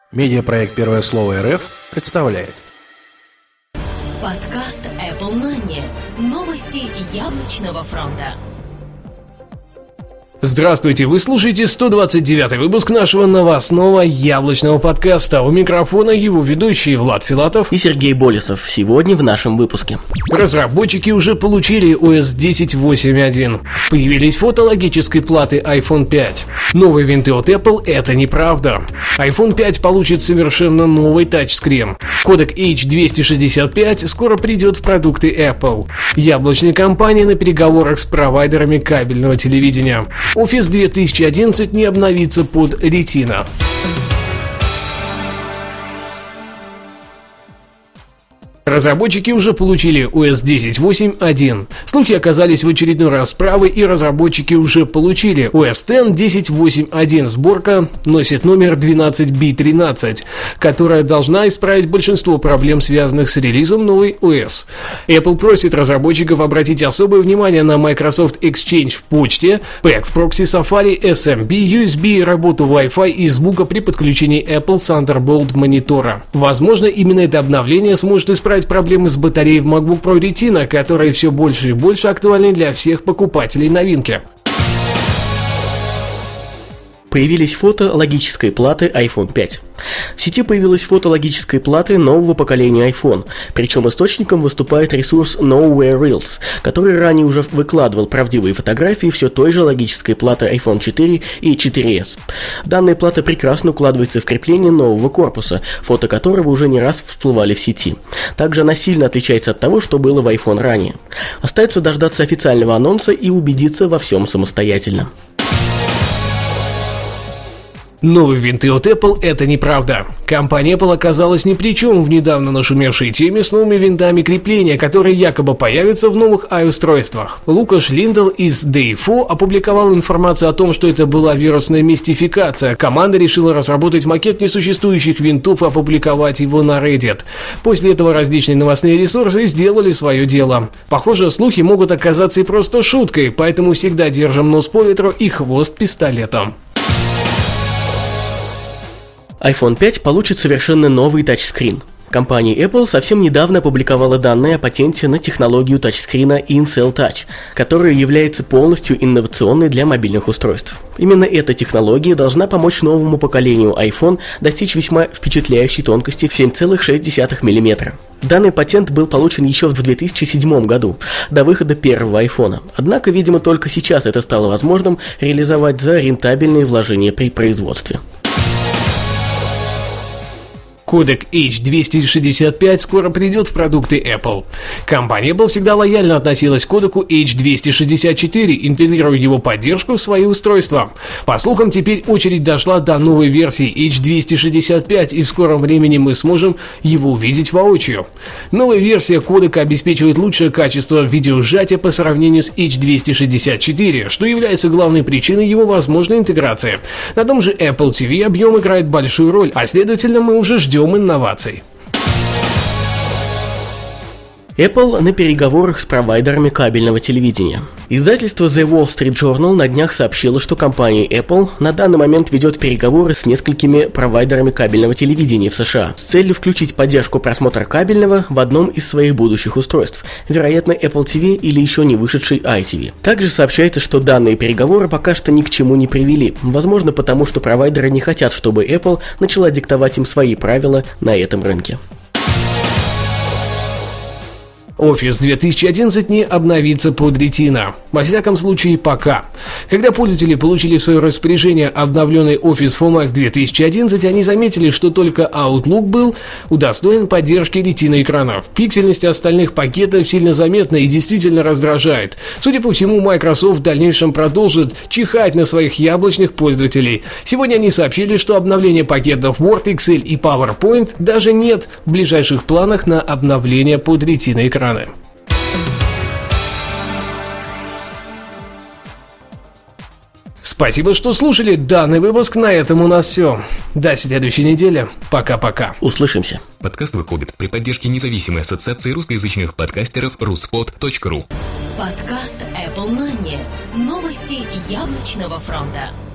Медиапроект «Первое слово РФ» представляет. Подкаст Apple Money. Новости яблочного фронта. Здравствуйте, вы слушаете 129-й выпуск нашего новостного яблочного подкаста. У микрофона его ведущие Влад Филатов и Сергей Болесов. Сегодня в нашем выпуске. Разработчики уже получили OS 10.8.1. Появились фото логической платы iPhone 5. Новые винты от Apple — это неправда. iPhone 5 получит совершенно новый тачскрин. Кодек H265 скоро придет в продукты Apple. Яблочная компания на переговорах с провайдерами кабельного телевидения. Office 2011 не обновится под Retina. Разработчики уже получили OS 10.8.1. Слухи оказались в очередной раз правы, и разработчики уже получили OS X 10.8.1. Сборка носит номер 12B13, которая должна исправить большинство проблем, связанных с релизом новой OS. Apple просит разработчиков обратить особое внимание на Microsoft Exchange в почте, Pack в прокси Safari, SMB, USB, работу Wi-Fi и звука при подключении Apple Thunderbolt монитора. Возможно, именно это обновление сможет исправить проблемы с батареей в MacBook Pro Retina, которые все больше и больше актуальны для всех покупателей новинки. Появились фото логической платы iPhone 5. В сети появилось фото логической платы нового поколения iPhone, причем источником выступает ресурс Nowhere Reels, который ранее уже выкладывал правдивые фотографии все той же логической платы iPhone 4 и 4s. Данная плата прекрасно укладывается в крепление нового корпуса, фото которого уже не раз всплывали в сети. Также она сильно отличается от того, что было в iPhone ранее. Остается дождаться официального анонса и убедиться во всем самостоятельно. Новые винты от Apple — это неправда. Компания Apple оказалась ни при чем в недавно нашумевшей теме с новыми винтами крепления, которые якобы появятся в новых i-устройствах. Лукаш Линдл из Day4 опубликовал информацию о том, что это была вирусная мистификация. Команда решила разработать макет несуществующих винтов и опубликовать его на Reddit. После этого различные новостные ресурсы сделали свое дело. Похоже, слухи могут оказаться и просто шуткой, поэтому всегда держим нос по ветру и хвост пистолетом. iPhone 5 получит совершенно новый тачскрин. Компания Apple совсем недавно опубликовала данные о патенте на технологию тачскрина In-Cell Touch, которая является полностью инновационной для мобильных устройств. Именно эта технология должна помочь новому поколению iPhone достичь весьма впечатляющей тонкости в 7,6 мм. Данный патент был получен еще в 2007 году, до выхода первого iPhone. Однако, видимо, только сейчас это стало возможным реализовать за рентабельные вложения при производстве. Кодек H265 скоро придет в продукты Apple. Компания Apple всегда лояльно относилась к кодеку H264, интегрируя его поддержку в свои устройства. По слухам, теперь очередь дошла до новой версии H265, и в скором времени мы сможем его увидеть воочию. Новая версия кодека обеспечивает лучшее качество видеосжатия по сравнению с H264, что является главной причиной его возможной интеграции. На том же Apple TV объем играет большую роль, а следовательно мы уже ждем инноваций. Apple на переговорах с провайдерами кабельного телевидения. Издательство The Wall Street Journal на днях сообщило, что компания Apple на данный момент ведет переговоры с несколькими провайдерами кабельного телевидения в США с целью включить поддержку просмотра кабельного в одном из своих будущих устройств, вероятно, Apple TV или еще не вышедший iTV. Также сообщается, что данные переговоры пока что ни к чему не привели, возможно, потому что провайдеры не хотят, чтобы Apple начала диктовать им свои правила на этом рынке. Office 2011 не обновится под Retina. Во всяком случае, пока. Когда пользователи получили в свое распоряжение обновленный Office for Mac 2011, они заметили, что только Outlook был удостоен поддержки Retina экранов. Пиксельность остальных пакетов сильно заметна и действительно раздражает. Судя по всему, Microsoft в дальнейшем продолжит чихать на своих яблочных пользователей. Сегодня они сообщили, что обновление пакетов Word, Excel и PowerPoint даже нет в ближайших планах на обновление под Retina экраны. Спасибо, что слушали данный выпуск. На этом у нас все. До следующей недели. Пока-пока. Услышимся. Подкаст выходит при поддержке независимой ассоциации русскоязычных подкастеров ruspod.ru. Подкаст Apple Money. Новости яблочного фронта.